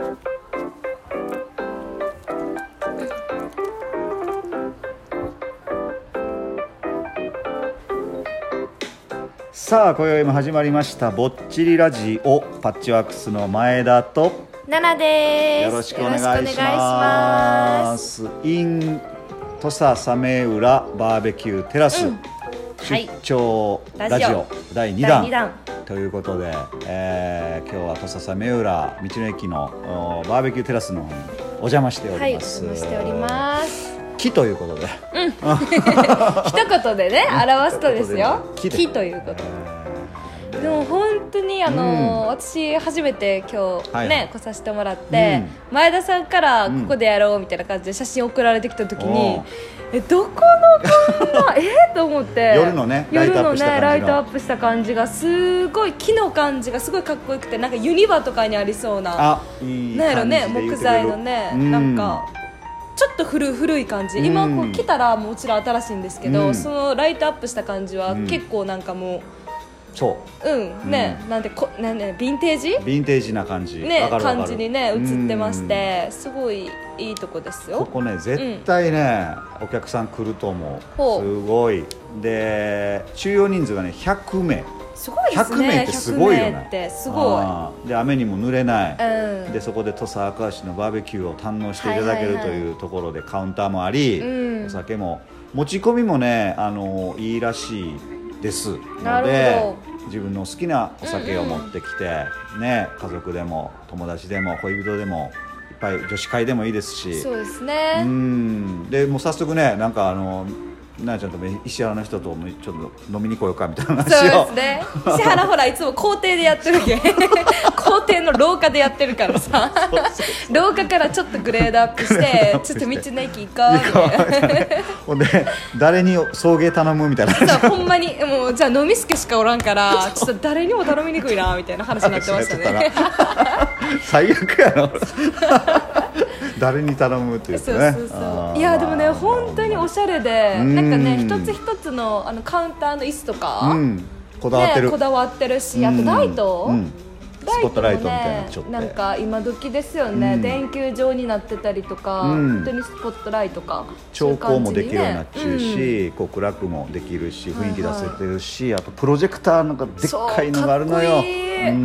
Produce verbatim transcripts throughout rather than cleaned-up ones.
さあ今宵も始まりましたぼっちりラジオ、パッチワークスの前田とナナです。 よろしくお願いします。in 土佐早明浦バーベキューテラス、うん、出張ラジオだいにだんということで、えー、今日は土佐早明浦道の駅のバーベキューテラスの方にお邪魔しております。 はい、お邪魔しております。 木ということで、 うん、一言でね表すとですよ、木ということで、えー、でも本当にあの、うん、私初めて今日ね、はいはい、来させてもらって、うん、前田さんからここでやろうみたいな感じで写真送られてきた時に、うん、えどこのこんなえー、と思って夜のねライトアップした感じの、夜のねライトアップした感じがすごい木の感じがすごいかっこよくて、なんかユニバとかにありそうな、 あいいなんやろね、木材のね、うん、なんかちょっと 古, 古い感じ、うん、今こう来たらもちろん新しいんですけど、うん、そのライトアップした感じは結構なんかもう、うん、 そううんね、うん、なんでこなんでヴィンテージヴィンテージな感じ、 ね、感じにね映ってまして、すごいいいとこですよ。 ここね絶対ね、うん、お客さん来ると思う。すごいで収容人数がねひゃくめい、 すごいですね。ひゃくめいってすごいよね。 ってすごいで雨にも濡れない、 うん、 でそこで土佐明石のバーベキューを堪能していただけるというところでカウンターもあり、うん、お酒も持ち込みもねあのいいらしいですので、自分の好きなお酒を持ってきて、うんうんね、家族でも友達でも恋人でもいっぱい女子会でもいいですし、 そうですね。 うんでもう早速ねなんかあのなあちゃんと石原の人ともちょっと飲みに来ようかみたいな話を。 そうですね。石原ほらいつも校庭でやってるけ校庭の廊下でやってるからさ廊下からちょっとグレードアップしてちょっと道の駅行こうみたいなほんで誰に送迎頼むみたいな話。 そうほんまにもうじゃあ飲みすけしかおらんからちょっと誰にも頼みにくいなみたいな話になってましたね最悪やな誰に頼むって言ってね。そうそうそう、 いやでもね本当におしゃれで、なんかね一つ一つ の, あのカウンターの椅子とか、うん、 こだわってる、 ね、こだわってるし、あとライト、うん、 ライトもね、スポットライトみたいなちょっとなんか今時ですよね、うん、電球状になってたりとか、うん、本当にスポットライトか調光もできるようになっちゃうし、うん、こう暗くもできるし雰囲気出せてるし、はいはい、あとプロジェクターなんかでっかいのがあるのよ。 かっこいい、うん、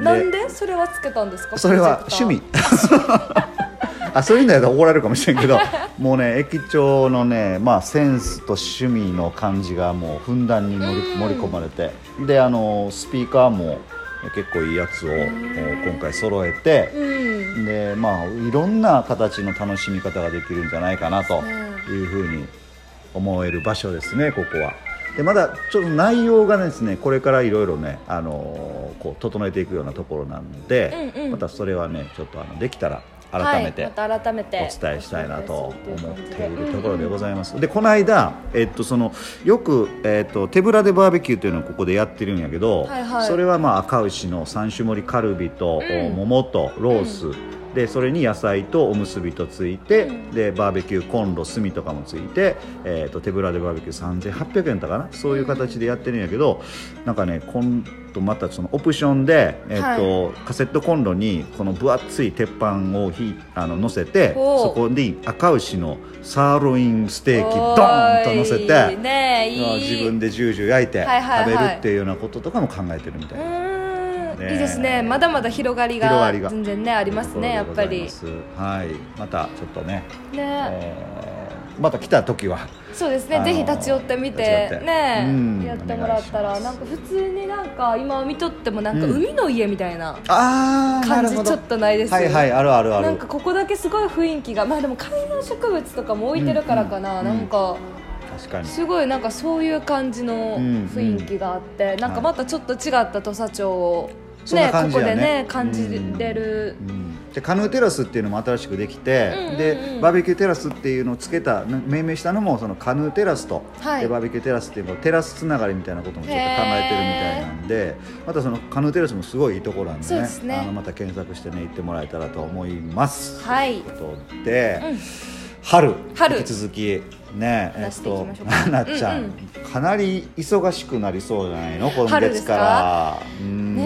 なんでそれはつけたんですか？ それは趣味あそういうのやったら怒られるかもしれんけどもうね駅長のね、まあ、センスと趣味の感じがもうふんだんに盛り、盛り込まれて、であのスピーカーも結構いいやつを今回揃えて、でまあいろんな形の楽しみ方ができるんじゃないかなというふうに思える場所ですね、ここは。でまだちょっと内容がですねこれからいろいろね、あのー、こう整えていくようなところなので、うんうん、またそれはねちょっとあのできたら改めて、はい、また改めてお伝えしたいなと思っているところでございます。でこの間、えっと、そのよく、えっと、手ぶらでバーベキューというのをここでやってるんやけど、はいはい、それはまあ赤牛の三種盛りカルビと、うん、桃とロース、うん、でそれに野菜とおむすびとついて、うん、でバーベキューコンロ炭とかもついて、えー、と手ぶらでバーベキューさんぜんはっぴゃくえんだかな、そういう形でやってるんやけど、なんかね今度またそのオプションで、えーとはい、カセットコンロにこの分厚い鉄板をひあの乗せて、そこに赤牛のサーロインステーキドーンと乗せて、ね、いい自分でジュージュー焼いて食べるっていうようなこととかも考えてるみたいな、はいはいはいね、いいですね。まだまだ広がりが全然ねありますね、やっぱり。 はい、またちょっとね、ね、えー、また来た時はそうですね、ぜひ立ち寄ってみてね、うん、やってもらったら、なんか普通になんか今見とってもなんか海の家みたいな感じちょっとないです、 うん、はいはいあるあるある。 なんかここだけすごい雰囲気が、まあでも観葉植物とかも置いてるからかな、うんうん、なんか。 確かにすごいなんかそういう感じの雰囲気があって、うんうん、なんかまたちょっと違った土佐町をね、ここでね感じれる、うんうん、 でカヌーテラスっていうのも新しくできて、うんうんうん、でバーベキューテラスっていうのをつけた命名したのもそのカヌーテラスと、はい、でバーベキューテラスっていうのテラスつながりみたいなこともちょっと考えてるみたいなんで、またそのカヌーテラスもすごいいいところなんで ね, でねあのまた検索してね行ってもらえたらと思います。 はい、 ということで、うん、春, 春引き続きねえっとなっちゃん、うんうん、かなり忙しくなりそうじゃないのこの月から。 春ですか、うんね、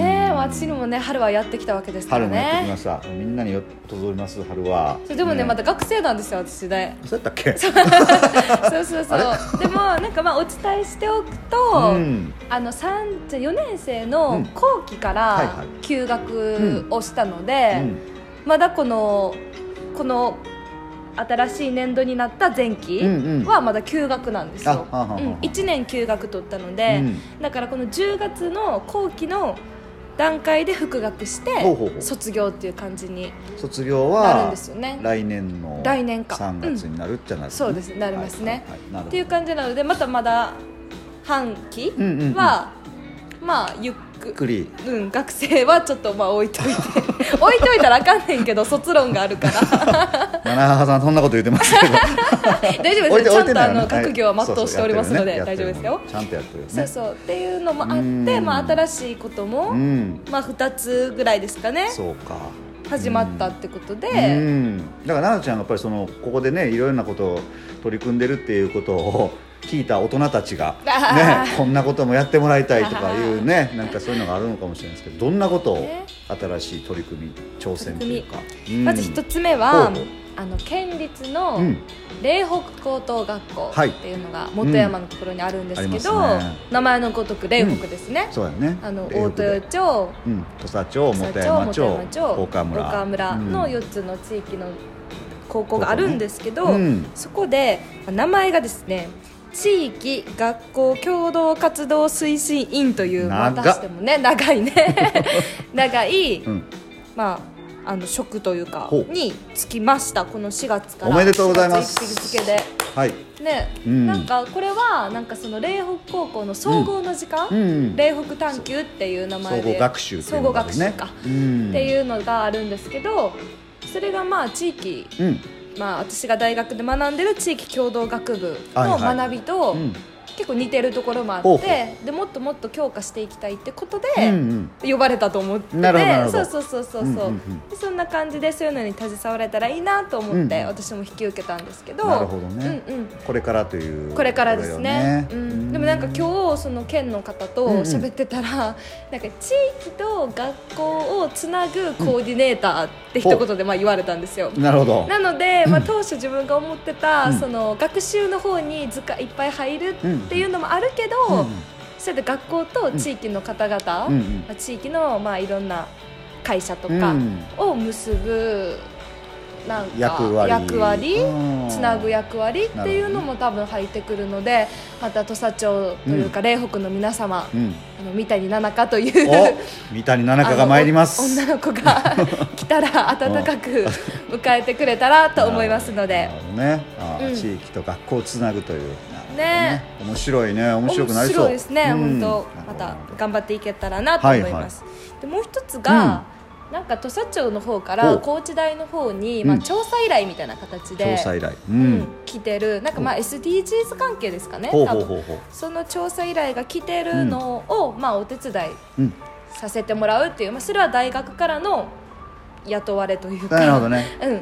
私にもね春はやってきたわけですからね。 春もやってきました。みんなによっと届ります春は。 そうでもね、ねまだ学生なんですよ私で。 そうやったっけ？ そうそうそうでもなんかまあお伝えしておくと、うん、あのさんじゃよねん生の後期から休学をしたので、うんはいはいうん、まだこのこの新しい年度になった前期はまだ休学なんですよ、うんうん、いちねん休学取ったので、うん、だからこのじゅうがつの後期の段階で復学して卒業っていう感じに卒業はなるんですよね。来年のさんがつになるってなる、ねうん、 そうですなりますね、はいはい、っていう感じなのでまたまだ半期は、うんうんうん、まあゆっくり、うん、学生はちょっとまあ置いといて置いといたらあかんねんけど卒論があるから七母さんそんなこと言ってますけど大丈夫ですよちゃんとあの学業は全うしておりますので、はい、大丈夫ですよちゃんとやってるよね。 そうそうっていうのもあって、まあ、新しいことも、まあ、ふたつぐらいですかねそうか始まったってことで、 うんだから奈々ちゃんがやっぱりそのここでねいろいろなことを取り組んでるっていうことを聞いた大人たちが、ね、こんなこともやってもらいたいとかいうねなんかそういうのがあるのかもしれないですけどどんなことを新しい取り組み挑戦というか、 うん、まず一つ目はあの県立の嶺北高等学校っていうのが本山のところにあるんですけど、うんね、名前のごとく嶺北ですね、 うん、そうやねあの大豊町、 うん、土佐町、本山町、大川村、 大川村のよっつの地域の高校があるんですけど、ねうん、そこで名前がですね地域学校共同活動推進員というまたしてもね長いね長い、うん、まああの職というかに就きましたこのしがつからおめでとうございますしがついちにち付で、はいねうん、なんかこれはなんかその嶺北高校の総合の時間、うん、嶺北探究っていう名前で総合学習っていうのがあるね、 総合学習か、うん、っていうのがあるんですけどそれがまあ地域、うんまあ、私が大学で学んでる地域共同学部の学びと、はいはいうん、結構似てるところもあってほうほうでもっともっと強化していきたいってことで、うんうん、呼ばれたと思っててそうそうそうそう、うんうんうん、でそんな感じでそういうのに携われたらいいなと思って、うん、私も引き受けたんですけどなるほどね、うんうん、これからというこれからですね、うん、でもなんか今日その県の方と喋ってたら、うんうん、なんか地域と学校をつなぐコーディネーターって一言でまあ言われたんですよ。 なるほど。 なので、まあ、当初自分が思ってた、うん、その学習の方に図鑑いっぱい入るっていうのもあるけど、うんうん、それで学校と地域の方々、うんうんまあ、地域のまあいろんな会社とかを結ぶなんか役割、役割つなぐ役割っていうのも多分入ってくるのでまた土佐町というか嶺北の皆様、うん、あの三谷菜々香という三谷菜々香が参ります女の子が来たら温かく迎えてくれたらと思いますのでねあ、うん、地域と学校をつなぐというね, ね面白いね面白くなりそう面白いですね、うん、本当また頑張っていけたらなと思います、はいはい、でもう一つが、うんなんか土佐町の方から高知大の方に、まあ、調査依頼みたいな形で、 調査依頼、 うんうん、来てるなんかまあ エスディージーズ 関係ですかね多分その調査依頼が来てるのを、うんまあ、お手伝いさせてもらうっていう、まあ、それは大学からの雇われというかなるほどね、うんうんうん、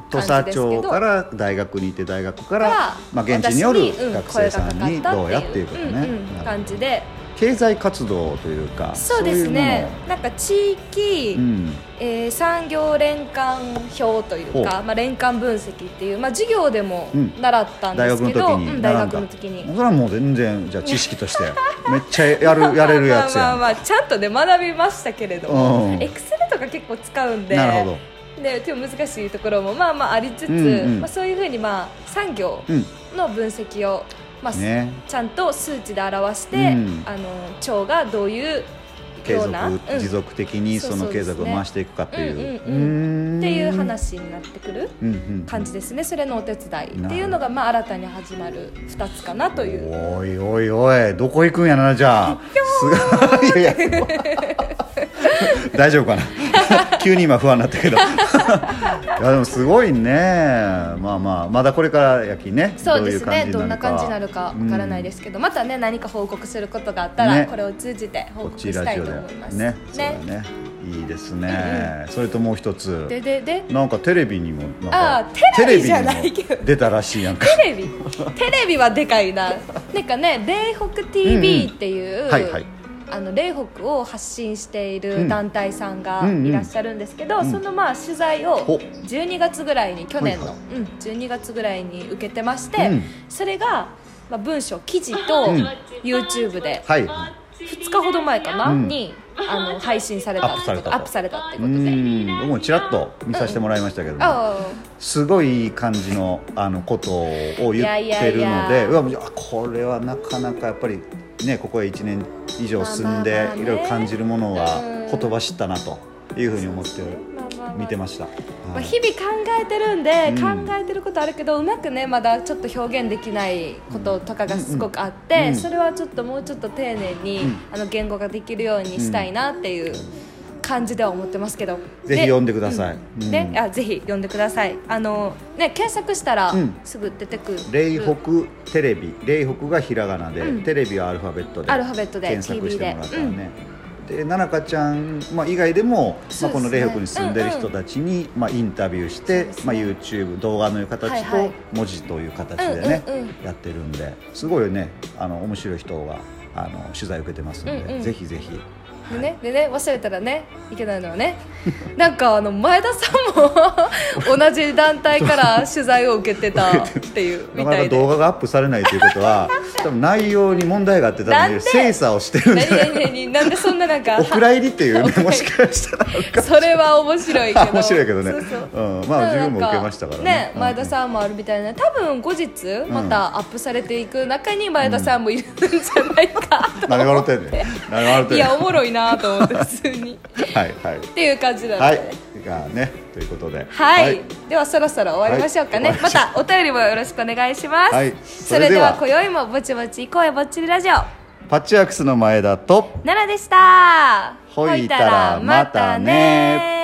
土佐町から大学にいて大学から、まあ、現地による学生さんにどうやっていうことね、 うんうん、感じで経済活動というかそうですねなんか地域、うんえー、産業連関表というか、まあ、連関分析っていう、まあ、授業でも習ったんですけど、うん、大学の時に、 うん、大学の時にそれはもう全然じゃあ知識としてめっちゃやるやれるやつやんまあまあ、 まあ、ちゃんとね学びましたけれどもエクセルとか結構使うんでなるほどででも難しいところもまあまあありつつ、うんうんまあ、そういうふうにまあ産業の分析を、まあね、ちゃんと数値で表して、うん、あの町がどういう継続、うん、持続的にその経済を回していくかっていうっていう話になってくる感じですね、うんうん、それのお手伝いっていうのがまあ新たに始まるふたつかなというおいおいおいどこ行くんやなじゃあすごいいやいや大丈夫かな急に今不安になったけどいやでもすごいねまあまあまだこれからやきねそうですね ど, どんな感じになるかわからないですけど、うん、またね何か報告することがあったら、ね、これを通じて報告したいと思いますね。そうだねいいですね、うん、それともう一つでででなんかテレビにもなんかあテレビじゃないけど出たらしいやんかテレビテレビはでかいななんかね嶺北 ティーブイ っていう、うんはいはいあの嶺北を発信している団体さんがいらっしゃるんですけど、 うんうんうん、 そのまあ取材をじゅうにがつぐらいに去年の、 はいはいうん、じゅうにがつぐらいに受けてまして、うん、それが、まあ、文章記事と YouTube で、 はい、 ふつかほど前かな、うん、にあの配信されたアップされたアップされたってことで、 うん僕もちらっと見させてもらいましたけど、ね、うん、すごいいい感じ の, あのことを言ってるので、いやいやいやうわこれはなかなかやっぱりねここへいちねん以上住んで、まあまあまあね、いろいろ感じるものは言葉知ったなというふうに思って見てました。 まあ、日々考えてるんで、うん、考えてることあるけどうまくねまだちょっと表現できないこととかがすごくあって、うんうん、それはちょっともうちょっと丁寧に、うん、あの言語ができるようにしたいなっていう感じでは思ってますけど、 ぜひ読んでください、 うんうんね、あぜひ読んでください。あの、ね、検索したらすぐ出てくる、 うん、嶺北テレビ、嶺北がひらがなで、うん、テレビはアルファベットでアルファベットで検索してもらったらね、でななかちゃん、まあ、以外でも、まあ、この嶺北に住んでる人たちに、うんうんまあ、インタビューして、ねまあ、YouTube 動画の形と文字という形でね、うんうんうん、やってるんですごいねあの面白い人があの取材を受けてますので、うんうん、ぜひぜひでね、でね忘れたらねいけないのはねなんかあの前田さんも同じ団体から取材を受けてたっていうみたいで、 なかなか動画がアップされないということは多分内容に問題があって多分精査をしてるんじゃない何何なんでそんななんかお蔵入りっていうねもしかしたらそれは面白いけど面白いけどねそうそう、うん、まあ自分も受けましたからね、 ね前田さんもあるみたいな多分後日またアップされていく中に前田さんもいるんじゃないかと思って、うん、何笑ってんねん何笑ってんねんいやおもろいなと思って普通にはいはいっていう感じなので、 はいがねということで、 はい、はい、ではそろそろ終わりましょうかね、はい、またお便りもよろしくお願いします、はい、それでは今宵もぼちぼち行こうよぼっちりラジオパッチワークスの前田と奈良でした。 ほいたらまたね。